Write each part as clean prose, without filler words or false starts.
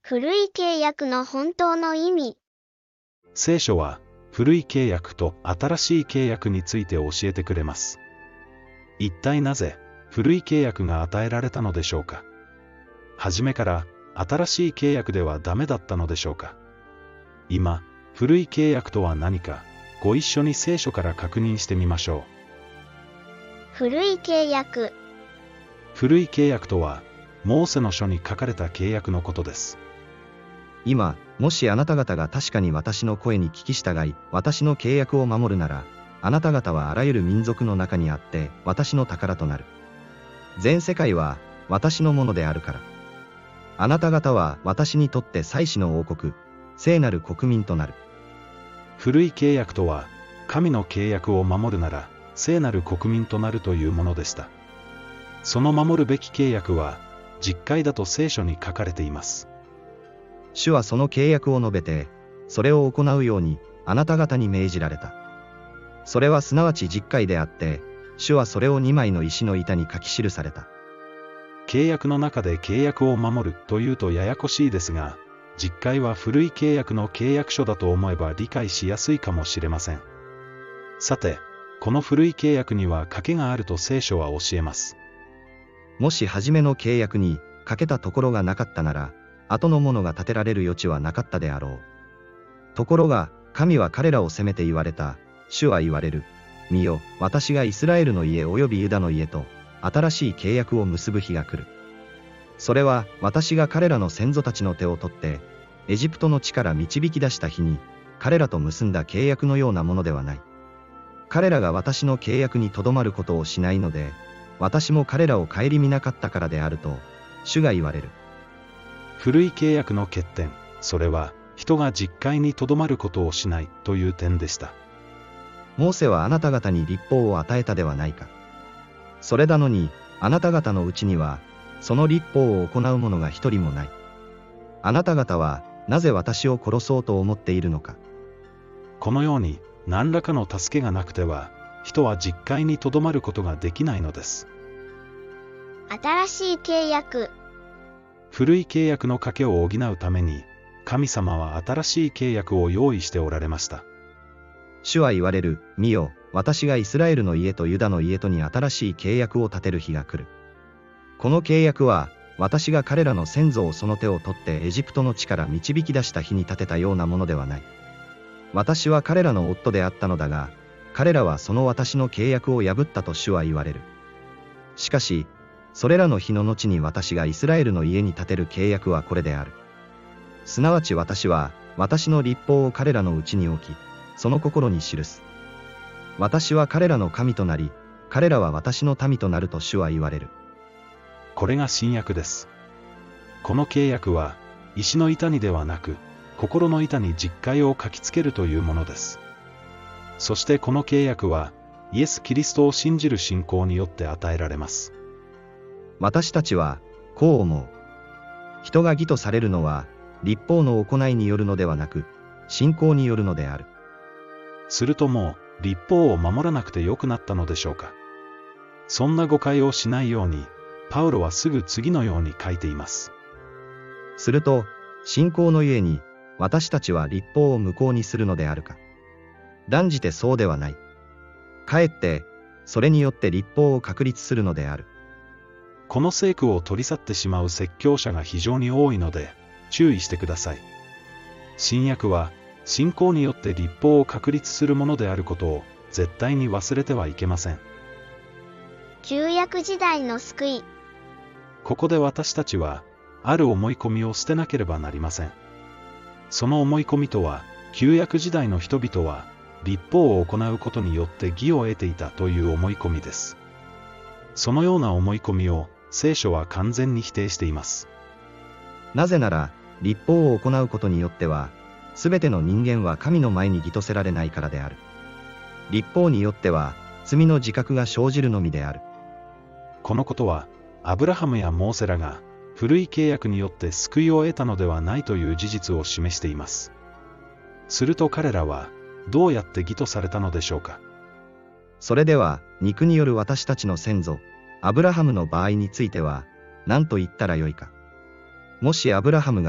古い契約の本当の意味。 聖書は古い契約と新しい契約について教えてくれます。一体なぜ古い契約が与えられたのでしょうか。初めから新しい契約ではダメだったのでしょうか。今、古い契約とは何か、ご一緒に聖書から確認してみましょう。 古い契約。 古い契約とは、モーセの書に書かれた契約のことです。 今、もしあなた方が確かに私の声に聞き従い、私の契約を守るなら、あなた方はあらゆる民族の中にあって、私の宝となる。全世界は私のものであるから。あなた方は私にとって祭司の王国、聖なる国民となる。 古い契約とは、神の契約を守るなら、聖なる国民となるというものでした。その守るべき契約は、実戒だと聖書に書かれています。 主はその契約を述べて、それを行うように、あなた方に命じられた。それはすなわち実戒であって、主はそれを2枚の石の板に書き記された。 契約の中で契約を守るというとややこしいですが、実戒は古い契約の契約書だと思えば理解しやすいかもしれません。さて、この古い契約には賭けがあると聖書は教えます。 もし初めの契約に賭けたところがなかったなら、後のものが立てられる余地はなかったであろう。ところが、神は彼らを責めて言われた。主は言われる。見よ、私がイスラエルの家およびユダの家と、新しい契約を結ぶ日が来る。それは、私が彼らの先祖たちの手を取って、エジプトの地から導き出した日に、彼らと結んだ契約のようなものではない。彼らが私の契約にとどまることをしないので、私も彼らを顧みなかったからであると、主が言われる。 古い契約の欠点、それは、人が実戒にとどまることをしないという点でした。 モーセはあなた方に律法を与えたではないか。それなのに、あなた方のうちには、その律法を行う者が一人もない。あなた方は、なぜ私を殺そうと思っているのか。 このように、何らかの助けがなくては、人は実戒にとどまることができないのです。 新しい契約。 古い契約の賭けを補うために、神様は新しい契約を用意しておられました。 主は言われる。見よ、私がイスラエルの家とユダの家とに新しい契約を立てる日が来る。この契約は、私が彼らの先祖をその手を取ってエジプトの地から導き出した日に立てたようなものではない。私は彼らの夫であったのだが、彼らはその私の契約を破ったと主は言われる。しかし、それらの日の後に私がイスラエルの家に立てる契約はこれである。すなわち私は、私の律法を彼らのうちに置き、その心に記す。私は彼らの神となり、彼らは私の民となると主は言われる。 これが新約です。この契約は、石の板にではなく、心の板に実戒を書きつけるというものです。そしてこの契約は、イエス・キリストを信じる信仰によって与えられます。 私たちは、こう思う。人が義とされるのは、律法の行いによるのではなく、信仰によるのである。 するともう、律法を守らなくてよくなったのでしょうか。そんな誤解をしないように、パウロはすぐ次のように書いています。 すると、信仰のゆえに、私たちは律法を無効にするのであるか。断じてそうではない。かえって、それによって律法を確立するのである。 この聖句を取り去ってしまう説教者が非常に多いので、注意してください。新約は、信仰によって律法を確立するものであることを、絶対に忘れてはいけません。 旧約時代の救い。 ここで私たちは、ある思い込みを捨てなければなりません。その思い込みとは、旧約時代の人々は、律法を行うことによって義を得ていたという思い込みです。そのような思い込みを、聖書は完全に否定しています。 なぜなら、律法を行うことによっては、すべての人間は神の前に義とせられないからである。律法によっては、罪の自覚が生じるのみである。 このことは、アブラハムやモーセらが、古い契約によって救いを得たのではないという事実を示しています。すると彼らは、どうやって義とされたのでしょうか。 それでは、肉による私たちの先祖、アブラハムの場合については、何と言ったらよいか。もしアブラハムが、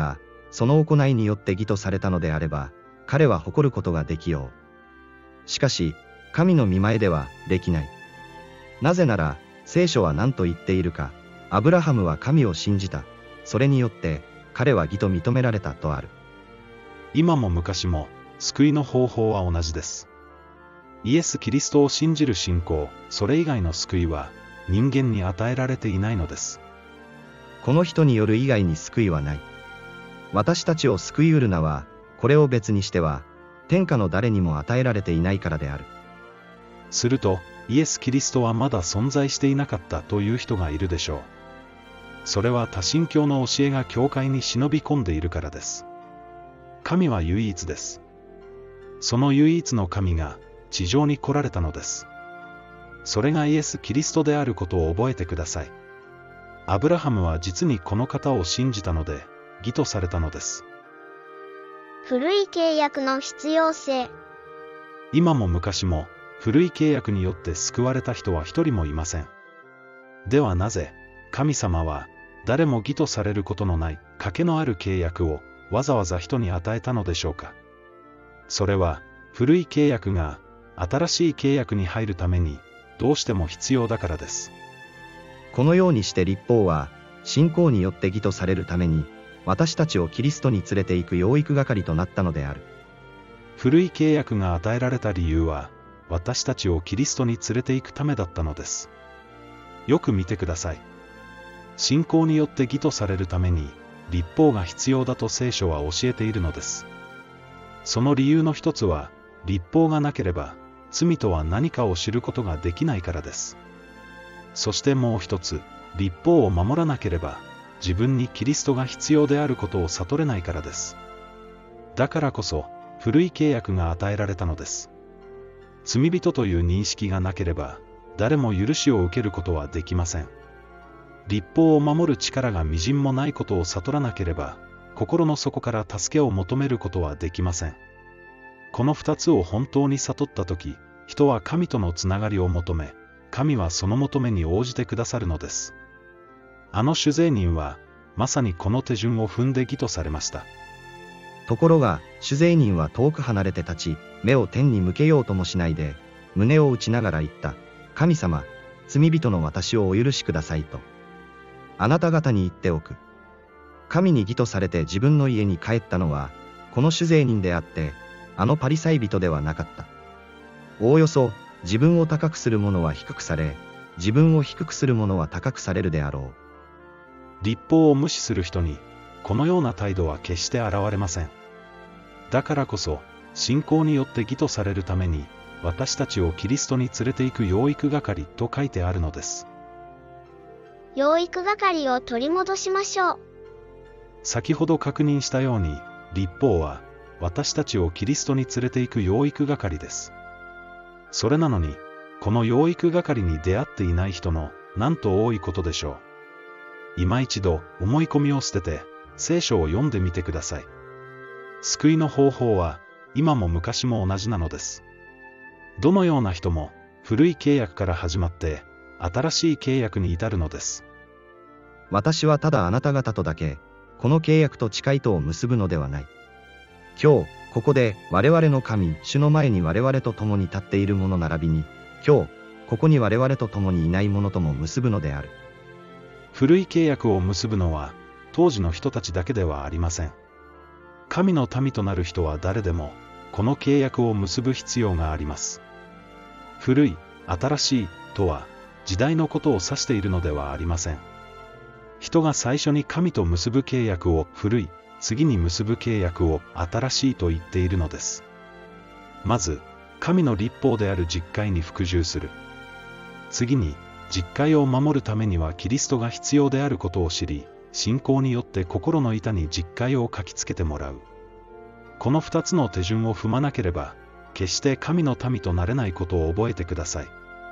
その行いによって義とされたのであれば、彼は誇ることができよう。しかし、神の御前ではできない。なぜなら、聖書は何と言っているか、アブラハムは神を信じた。それによって、彼は義と認められたとある。 今も昔も、救いの方法は同じです。イエス・キリストを信じる信仰、それ以外の救いは、人間に与えられていないのです。 この人による以外に救いはない。私たちを救いうる名は、これを別にしては、天下の誰にも与えられていないからである。 すると、イエス・キリストはまだ存在していなかったという人がいるでしょう。それは多神教の教えが教会に忍び込んでいるからです。神は唯一です。その唯一の神が地上に来られたのです。それがイエス・キリストであることを覚えてください。アブラハムは実にこの方を信じたので、義とされたのです。 古い契約の必要性。 今も昔も、古い契約によって救われた人は一人もいません。ではなぜ、神様は、誰も義とされることのない、賭けのある契約を、わざわざ人に与えたのでしょうか。それは、古い契約が、新しい契約に入るために、どうしても必要だからです。 このようにして律法は、信仰によって義とされるために、私たちをキリストに連れて行く養育係となったのである。 古い契約が与えられた理由は、私たちをキリストに連れて行くためだったのです。よく見てください。信仰によって義とされるために、律法が必要だと聖書は教えているのです。その理由の一つは、律法がなければ、罪とは何かを知ることができないからです。そしてもう一つ、律法を守らなければ、自分にキリストが必要であることを悟れないからです。だからこそ、古い契約が与えられたのです。罪人という認識がなければ、誰も許しを受けることはできません。律法を守る力がみじんもないことを悟らなければ、心の底から助けを求めることはできません。この二つを本当に悟ったとき、人は神とのつながりを求め、神はその求めに応じてくださるのです。あの酒税人は、まさにこの手順を踏んで義とされました。 ところが、酒税人は遠く離れて立ち、目を天に向けようともしないで、胸を打ちながら言った。神様、罪人の私をお許しくださいと。あなた方に言っておく。神に義とされて自分の家に帰ったのは、この酒税人であって、あのパリサイ人ではなかった。おおよそ、自分を高くする者は低くされ、自分を低くする者は高くされるであろう。律法を無視する人に、このような態度は決して現れません。だからこそ、信仰によって義とされるために、私たちをキリストに連れて行く養育係と書いてあるのです。 養育係を取り戻しましょう。 先ほど確認したように、律法は、私たちをキリストに連れて行く養育係です。それなのに、この養育係に出会っていない人の、なんと多いことでしょう。今一度、思い込みを捨てて、聖書を読んでみてください。救いの方法は、今も昔も同じなのです。どのような人も、古い契約から始まって、新しい契約に至るのです。 私はただあなた方とだけ、この契約と誓いとを結ぶのではない。今日、ここで我々の神、主の前に我々と共に立っている者並びに、今日、ここに我々と共にいない者とも結ぶのである。 古い契約を結ぶのは、当時の人たちだけではありません。神の民となる人は誰でも、この契約を結ぶ必要があります。古い、新しい、とは、時代のことを指しているのではありません。人が最初に神と結ぶ契約を古い、次に結ぶ契約を新しいと言っているのです。まず、神の律法である実戒に服従する。次に、実戒を守るためにはキリストが必要であることを知り、信仰によって心の板に実戒を書きつけてもらう。この二つの手順を踏まなければ、決して神の民となれないことを覚えてください。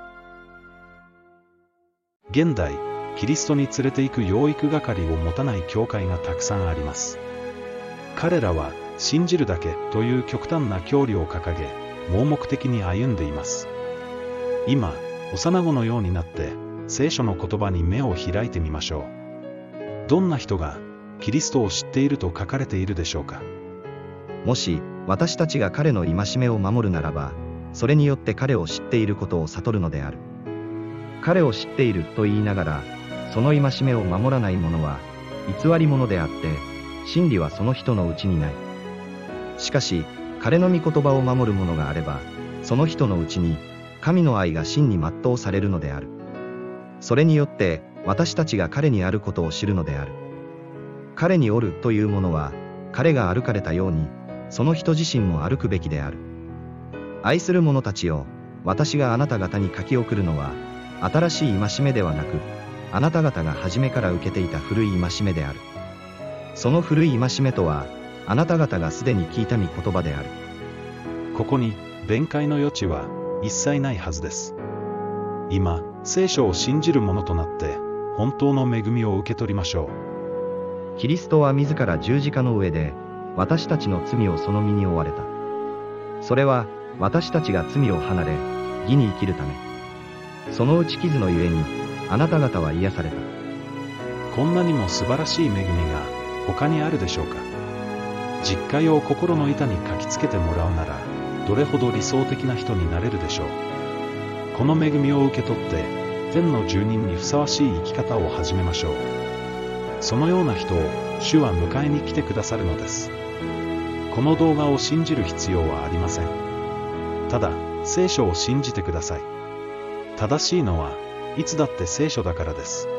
現代、キリストに連れて行く養育係を持たない教会がたくさんあります。彼らは、信じるだけという極端な教理を掲げ、盲目的に歩んでいます。今、幼子のようになって、聖書の言葉に目を開いてみましょう。どんな人が、 キリストを知っていると書かれているでしょうか。 もし私たちが彼の戒めを守るならば、それによって彼を知っていることを悟るのである。彼を知っていると言いながら、その戒めを守らない者は偽り者であって、真理はその人のうちにない。しかし彼の御言葉を守る者があれば、その人のうちに神の愛が真に全うされるのである。それによって私たちが彼にあることを知るのである。彼におるというものは、彼が歩かれたように、その人自身も歩くべきである。愛する者たちよ、私があなた方に書き送るのは、新しい戒めではなく、あなた方が初めから受けていた古い戒めである。その古い戒めとは、あなた方がすでに聞いた御言葉である。 ここに弁解の余地は一切ないはずです。今、聖書を信じる者となって、本当の恵みを受け取りましょう。 キリストは自ら十字架の上で、私たちの罪をその身に負われた。それは、私たちが罪を離れ、義に生きるため。その打ち傷のゆえに、あなた方は癒された。 こんなにも素晴らしい恵みが他にあるでしょうか。実会を心の板に書きつけてもらうなら、どれほど理想的な人になれるでしょう。この恵みを受け取って、天の住人にふさわしい生き方を始めましょう。そのような人を主は迎えに来てくださるのです。この動画を信じる必要はありません。ただ、聖書を信じてください。正しいのはいつだって聖書だからです。